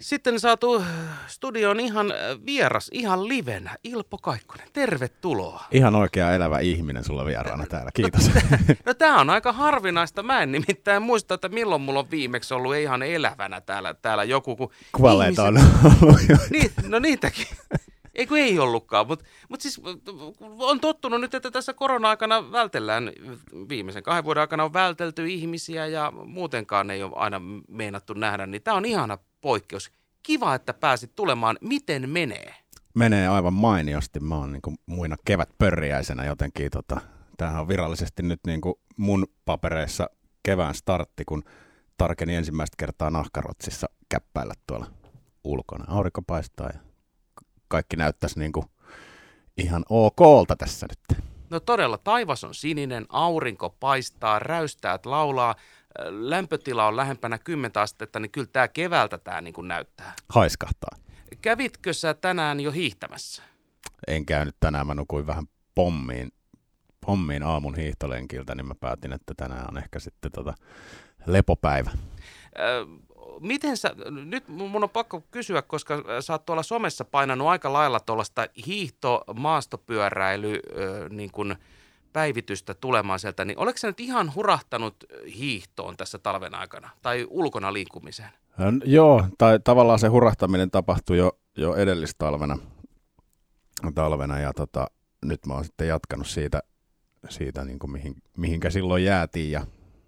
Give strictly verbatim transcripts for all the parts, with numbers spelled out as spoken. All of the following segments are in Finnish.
Sitten saatu studioon ihan vieras, ihan livenä, Ilpo Kaikkonen. Tervetuloa. Ihan oikea elävä ihminen sulla vieraana täällä, kiitos. No tää on aika harvinaista. Mä en nimittäin muista, että milloin mulla on viimeksi ollut ihan elävänä täällä, täällä joku. Kun Kuolleet ihmiset... on ollut jo. Niin, no niitäkin. Ei kun ei ollutkaan, mutta mut siis on tottunut nyt, että tässä korona-aikana vältellään, viimeisen kahden vuoden aikana on vältelty ihmisiä ja muutenkaan ei ole aina meinattu nähdä, niin tämä on ihana poikkeus. Kiva, että pääsit tulemaan. Miten menee? Menee aivan mainiosti. Mä oon niin kuin muina kevätpörriäisenä jotenkin. Tota, tämähän on virallisesti nyt niin kuin mun papereissa kevään startti, kun tarkeni ensimmäistä kertaa nahkarotsissa käppäillä tuolla ulkona. Aurinko paistaa ja kaikki näyttäisi niin kuin ihan okolta tässä nyt. No todella, taivas on sininen, aurinko paistaa, räystäät laulaa, lämpötila on lähempänä kymmentä astetta, niin kyllä tämä keväältä tämä niin kuin näyttää. Haiskahtaa. Kävitkö sä tänään jo hiihtämässä? En käynyt tänään, mä nukuin vähän pommiin, pommiin aamun hiihtolenkiltä, niin mä päätin, että tänään on ehkä sitten tota lepopäivä. Ö, miten sä, nyt mun on pakko kysyä, koska sä oot tuolla somessa painanut aika lailla tuollaista hiihto, maastopyöräily, ö, niin kuin päivitystä tulemaan sieltä, niin oletko sä nyt ihan hurahtanut hiihtoon tässä talven aikana tai ulkona liikkumiseen? Joo, tai tavallaan se hurahtaminen tapahtui jo, jo edellistalvena talvena, ja tota, nyt mä oon sitten jatkanut siitä, siitä niin kuin mihin, mihinkä silloin jäätiin, ja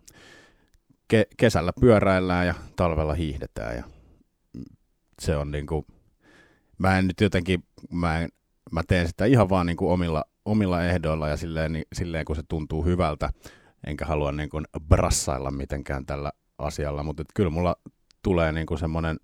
ke, kesällä pyöräillään ja talvella hiihdetään, ja se on niin kuin, mä en nyt jotenkin, mä, en, mä teen sitä ihan vaan niin kuin omilla, omilla ehdoilla ja silleen, niin, silleen kun se tuntuu hyvältä, enkä halua niin kuin brassailla mitenkään tällä asialla, mutta kyllä mulla tulee niin kuin semmoinen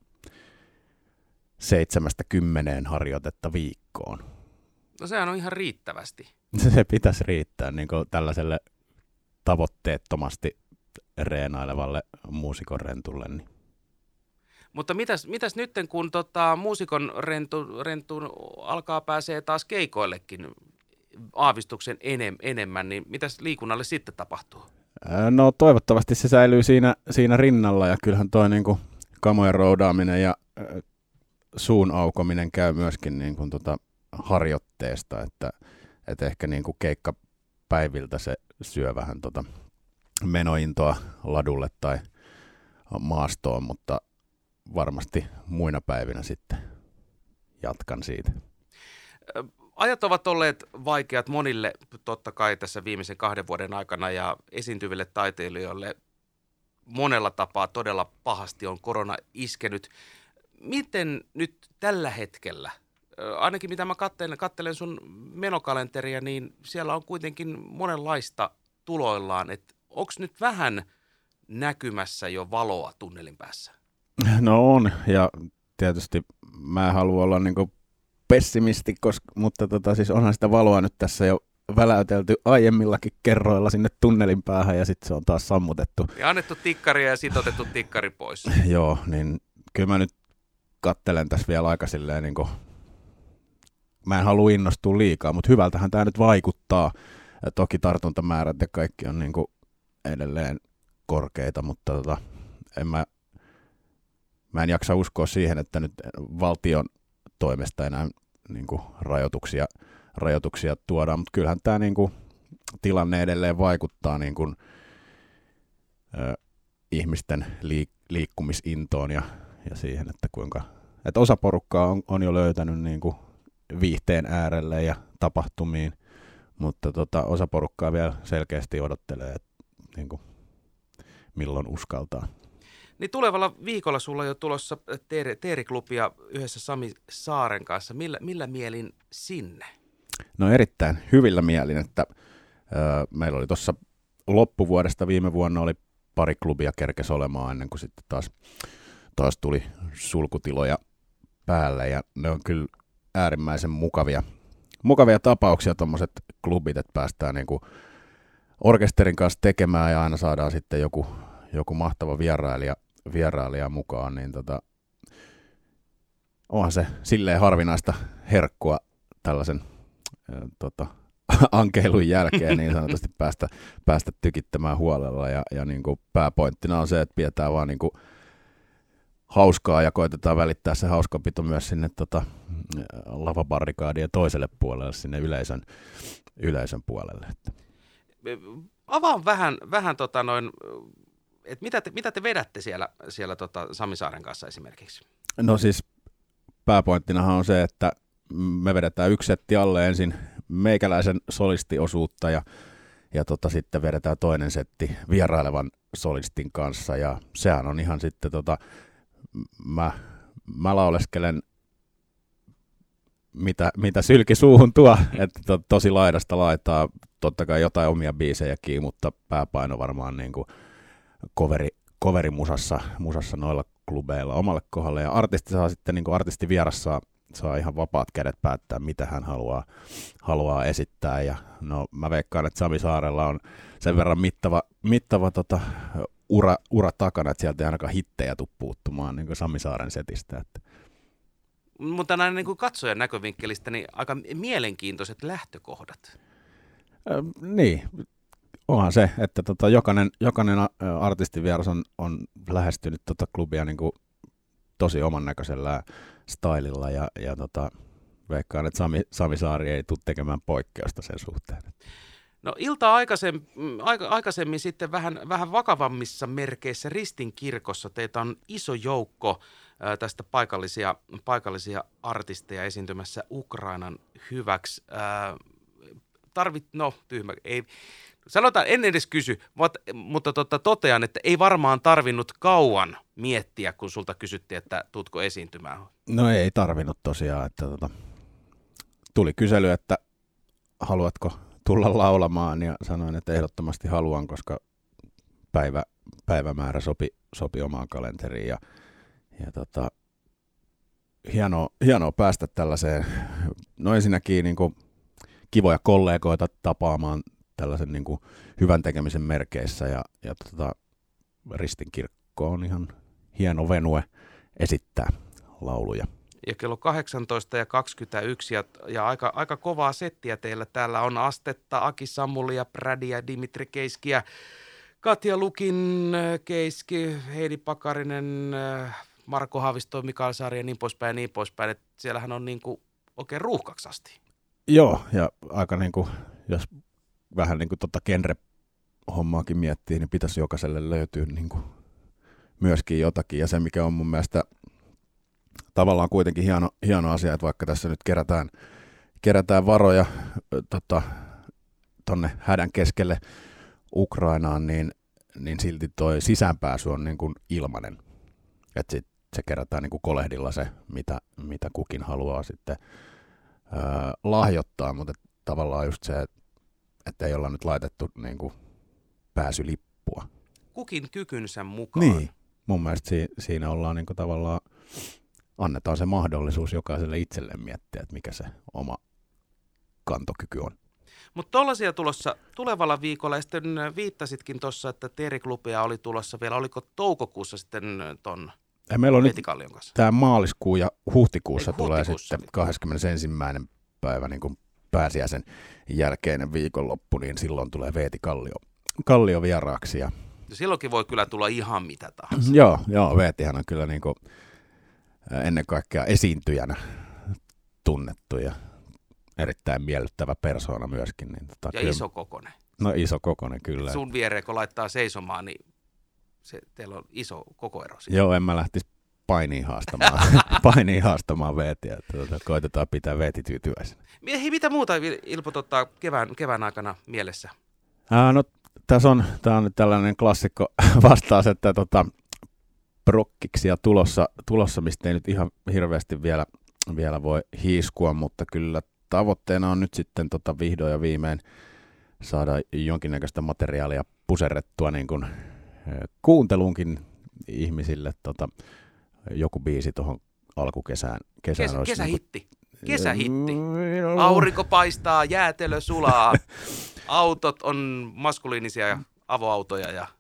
seitsemästä kymmeneen harjoitetta viikkoon. No sehän on ihan riittävästi. Se pitäisi riittää niin kuin tällaiselle tavoitteettomasti reenailevalle muusikon rentulle. Niin. Mutta mitäs, mitäs nyt, kun tota, muusikon rentu, rentuun alkaa pääsee taas keikoillekin aavistuksen enem, enemmän, niin mitäs liikunnalle sitten tapahtuu? No toivottavasti se säilyy siinä, siinä rinnalla, ja kyllähän toi niin kuin kamojen roudaaminen ja äh, suun aukominen käy myöskin niin kuin tota harjoitteesta, että, että ehkä niin kuin keikkapäiviltä se syö vähän tota menointoa ladulle tai maastoon, mutta varmasti muina päivinä sitten jatkan siitä. Ajat ovat olleet vaikeat monille totta kai tässä viimeisen kahden vuoden aikana, ja esiintyville taiteilijoille monella tapaa todella pahasti on korona iskenyt. Miten nyt tällä hetkellä, ainakin mitä mä katselen, katselen sun menokalenteria, niin siellä on kuitenkin monenlaista tuloillaan, että onko nyt vähän näkymässä jo valoa tunnelin päässä? No on, ja tietysti mä en halua olla niinku pessimisti, koska, mutta tota, siis onhan sitä valoa nyt tässä jo väläytelty aiemmillakin kerroilla sinne tunnelin päähän, ja sitten se on taas sammutettu. Ja annettu tikkaria ja sitten otettu tikkari pois. Joo, niin kyllä mä nyt kattelen tässä vielä aika silleen, niin kuin, mä en halua innostua liikaa, mutta hyvältähän tämä nyt vaikuttaa. Ja toki tartuntamäärät ja kaikki on niin kuin edelleen korkeita, mutta tota, en mä, mä en jaksa uskoa siihen, että nyt valtion toimesta enää niin kuin rajoituksia, rajoituksia tuodaan, mutta kyllähän tämä niin kuin tilanne edelleen vaikuttaa niin kuin, ö, ihmisten liik- liikkumisintoon ja, ja siihen, että kuinka, että osa porukkaa on, on jo löytänyt niin kuin viihteen äärelle ja tapahtumiin, mutta tota, osa porukkaa vielä selkeästi odottelee, että niin kuin, milloin uskaltaa. Niin tulevalla viikolla sulla on jo tulossa teeri, teeriklubia yhdessä Sami Saaren kanssa. Millä, millä mielin sinne? No erittäin hyvillä mielin, että ö, meillä oli tuossa loppuvuodesta viime vuonna oli pari klubia kerkes olemaan ennen kuin sitten taas, taas tuli sulkutiloja päälle, ja ne on kyllä äärimmäisen mukavia, mukavia tapauksia tuommoiset klubit, että päästään niinku orkesterin kanssa tekemään ja aina saadaan sitten joku, joku mahtava vierailija, vierailija mukaan, niin tota, onhan se silleen harvinaista herkkua tällaisen äh, tota, ankeilun jälkeen niin sanotusti päästä, päästä tykittämään huolella, ja, ja niin kuin pääpointtina on se, että pidetään vaan niin kuin hauskaa ja koitetaan välittää se hauskapito myös sinne tota, lavabarrikaadien toiselle puolelle, sinne yleisön, yleisön puolelle. Avaan vähän, vähän tota noin, että mitä te, mitä te vedätte siellä, siellä tota Sami Saaren kanssa esimerkiksi? No siis pääpointtinahan on se, että me vedetään yksi setti alle ensin meikäläisen solistiosuutta ja, ja tota, sitten vedetään toinen setti vierailevan solistin kanssa ja sehän on ihan sitten, tota, mä, mä lauleskelen mitä, mitä sylki suuhun tuo, että to, tosi laidasta laitaa, totta kai jotain omia biisejäkin, mutta pääpaino varmaan niin kuin coveri, coverimusassa musassa noilla klubeilla omalle kohdalle ja artisti saa sitten, niin kuin artisti vieras saa, saa ihan vapaat kädet päättää, mitä hän haluaa, haluaa esittää ja no mä veikkaan, että Sami Saarella on sen verran mittava, mittava tota, ura, ura takana, että sieltä ei ainakaan hittejä tule puuttumaan niin kuin Sami Saaren setistä. Että. Mutta näin niin kuin katsojan näkövinkkelistä, niin aika mielenkiintoiset lähtökohdat. Äh, niin, onhan se, että tota, jokainen, jokainen artistivieras on, on lähestynyt tota klubia niin kuin tosi oman näköisellä stylilla ja, ja tota, veikkaan, että Sami, Sami Saari ei tule tekemään poikkeusta sen suhteen. No iltaa aikaisemmin, aika, aikaisemmin sitten vähän, vähän vakavammissa merkeissä Ristin kirkossa teitä on iso joukko ää, tästä paikallisia, paikallisia artisteja esiintymässä Ukrainan hyväksi. Ää, tarvit, no tyhmä, ei, sanotaan, en edes kysy, mutta, mutta tota, totean, että ei varmaan tarvinnut kauan miettiä, kun sulta kysyttiin, että tuutko esiintymään. No ei tarvinnut tosiaan, että tota, tuli kysely, että haluatko tulla laulamaan ja sanoin, että ehdottomasti haluan, koska päivä, päivämäärä sopi, sopi omaan kalenteriin ja, ja tota, hienoa, hienoa päästä tällaiseen, no ensinnäkin niin kuin kivoja kollegoita tapaamaan tällaisen niin kuin hyvän tekemisen merkeissä ja, ja tota, Ristin kirkko on ihan hieno venue esittää lauluja. Ja kello kahdeksantoista ja kaksikymmentäyksi ja, ja aika, aika kovaa settiä teillä. Täällä on Astetta, Aki Sammulia, Prädiä, Dimitri Keiskiä, Katja Lukin, Keiski, Heidi Pakarinen, Marko Haavisto, Mikael Saari ja niin poispäin ja niin poispäin. Et siellähän on niin kuin oikein ruuhkaksi asti. Joo, ja aika niin kuin, jos vähän niin kuin tota genre-hommaakin miettii, niin pitäisi jokaiselle löytyä niin kuin myöskin jotakin. Ja se, mikä on mun mielestä tavallaan kuitenkin hieno, hieno asia, että vaikka tässä nyt kerätään, kerätään varoja tota, tonne hädän keskelle Ukrainaan, niin, niin silti toi sisäänpääsy on niin kuin ilmainen. Että sit se kerätään niin kuin kolehdilla se, mitä, mitä kukin haluaa sitten ää, lahjoittaa, mutta tavallaan just se, että et ei olla nyt laitettu niin kuin pääsylippua. Kukin kykynsä mukaan. Niin, mun mielestä si, siinä ollaan niin kuin tavallaan annetaan se mahdollisuus jokaiselle itselleen miettiä, että mikä se oma kantokyky on. Mutta tuollaisia tulossa tulevalla viikolla, ja sitten viittasitkin tuossa, että Teeriklubia oli tulossa vielä, oliko toukokuussa sitten ton meillä on Veeti Kallion kanssa? Tämä maaliskuu ja huhtikuussa Ei, tulee huhtikuussa sitten kahdeskymmenesensimmäinen päivä niin kuin pääsiäisen jälkeinen viikonloppu, niin silloin tulee Veeti Kallio, Kallio vieraaksi. Ja ja silloinkin voi kyllä tulla ihan mitä tahansa. Joo, joo, Veetihän on kyllä niin kuin ennen kaikkea esiintyjänä tunnettu ja erittäin miellyttävä persoona myöskin. Niin tota, ja kyllä, iso kokonen. No iso kokonen kyllä. Sun viereen kun laittaa seisomaan, niin se, teillä on iso kokoero. Siinä. Joo, en mä lähtisi painiin haastamaan, painiin haastamaan Veetiä. Tuota, koitetaan pitää Veeti tyytyväisenä. Hei, mitä muuta Ilpo ottaa kevään, kevään aikana mielessä? Ää, no tässä on, tää on nyt tällainen klassikko vastaus, että tota, prokkiksia tulossa, tulossa, mistä ei nyt ihan hirveästi vielä, vielä voi hiiskua, mutta kyllä tavoitteena on nyt sitten tota vihdoin ja viimein saada jonkinnäköistä materiaalia puserrettua niin kuin kuuntelunkin ihmisille. Tota, joku biisi tuohon alkukesään. Kesään Kes, kesähitti. Niin kuin, Kesähitti. Aurinko paistaa, jäätelö sulaa, autot on maskuliinisia ja avoautoja ja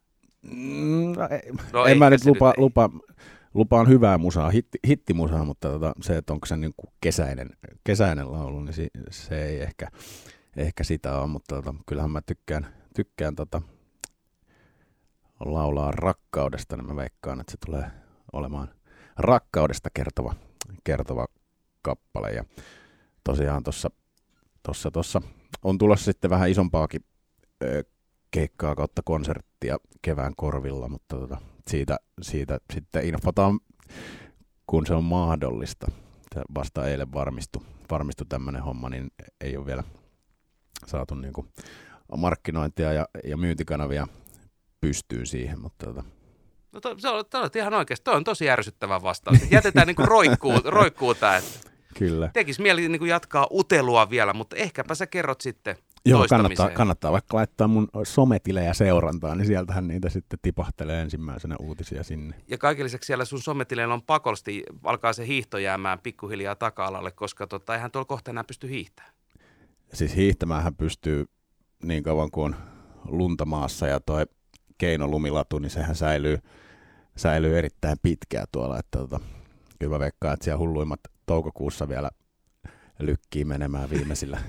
No, no en mä nyt lupa, nyt lupa, lupaan hyvää musaa, hitti, hittimusaa, mutta tota, se, että onko se niin kuin kesäinen, kesäinen laulu, niin si, se ei ehkä, ehkä sitä ole, mutta tota, kyllähän mä tykkään, tykkään tota, laulaa rakkaudesta, niin mä veikkaan, että se tulee olemaan rakkaudesta kertova, kertova kappale. Ja tosiaan tuossa tossa, tossa on tulossa sitten vähän isompaakin ö, keikkaa kautta konserttia kevään korvilla, mutta tota, siitä, siitä sitten infotaan, kun se on mahdollista. Vasta eilen varmistui, varmistui tämmöinen homma, niin ei ole vielä saatu niinku markkinointia ja, ja myyntikanavia pystyyn siihen, mutta tota. No to, se on, to, ihan oikeasti, toi on tosi ärsyttävä vastaus. Jätetään niinku roikkuu, roikkuu tää, että kyllä. Tekisi mieli niinku jatkaa utelua vielä, mutta ehkäpä sä kerrot sitten Joo, kannattaa, kannattaa vaikka laittaa mun sometilejä seurantaan, niin sieltähän niitä sitten tipahtelee ensimmäisenä uutisia sinne. Ja kaiken lisäksi siellä sun sometileillä on pakollisesti, alkaa se hiihto jäämään pikkuhiljaa taka-alalle, koska tota, eihän tuolla kohta enää pysty hiihtämään. Siis hiihtämäänhän pystyy niin kauan kuin on lunta maassa ja toi keinolumilatu, niin sehän säilyy, säilyy erittäin pitkään tuolla. Että tota, kyllä mä veikkaan, että siellä hulluimmat toukokuussa vielä lykkii menemään viimeisillä.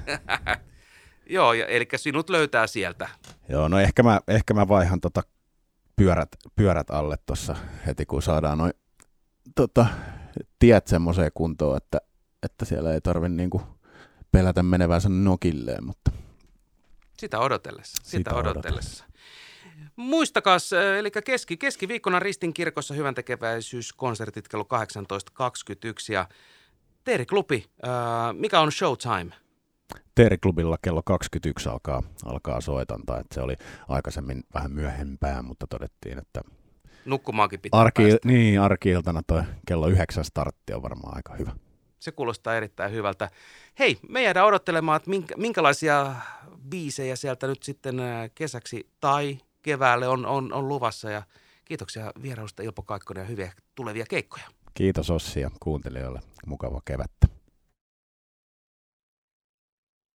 Joo, ja, eli sinut löytää sieltä. Joo, no ehkä mä, ehkä mä vaihan tota pyörät, pyörät alle tuossa heti, kun saadaan noin tota, tiet semmoiseen kuntoon, että, että siellä ei tarvitse niinku pelätä menevänsä nokilleen, mutta sitä odotellessa. Sitä, sitä odotellessa. Muistakas, eli keski, keskiviikkona Ristin kirkossa hyväntekeväisyyskonsertit kello kahdeksantoista kaksikymmentäyksi ja Teeri-klubi, äh, mikä on showtime? Teeri-klubilla kello kaksikymmentäyksi alkaa, alkaa soitantaa, että se oli aikaisemmin vähän myöhempään, mutta todettiin, että nukkumaankin pitää arki, päästä. Niin, arki-iltana toi kello yhdeksän startti on varmaan aika hyvä. Se kuulostaa erittäin hyvältä. Hei, me jäädään odottelemaan, että minkä, minkälaisia biisejä sieltä nyt sitten kesäksi tai keväälle on, on, on luvassa. Ja kiitoksia vierailusta Ilpo Kaikkonen ja hyviä tulevia keikkoja. Kiitos Ossi ja kuuntelijoille. Mukavaa kevättä.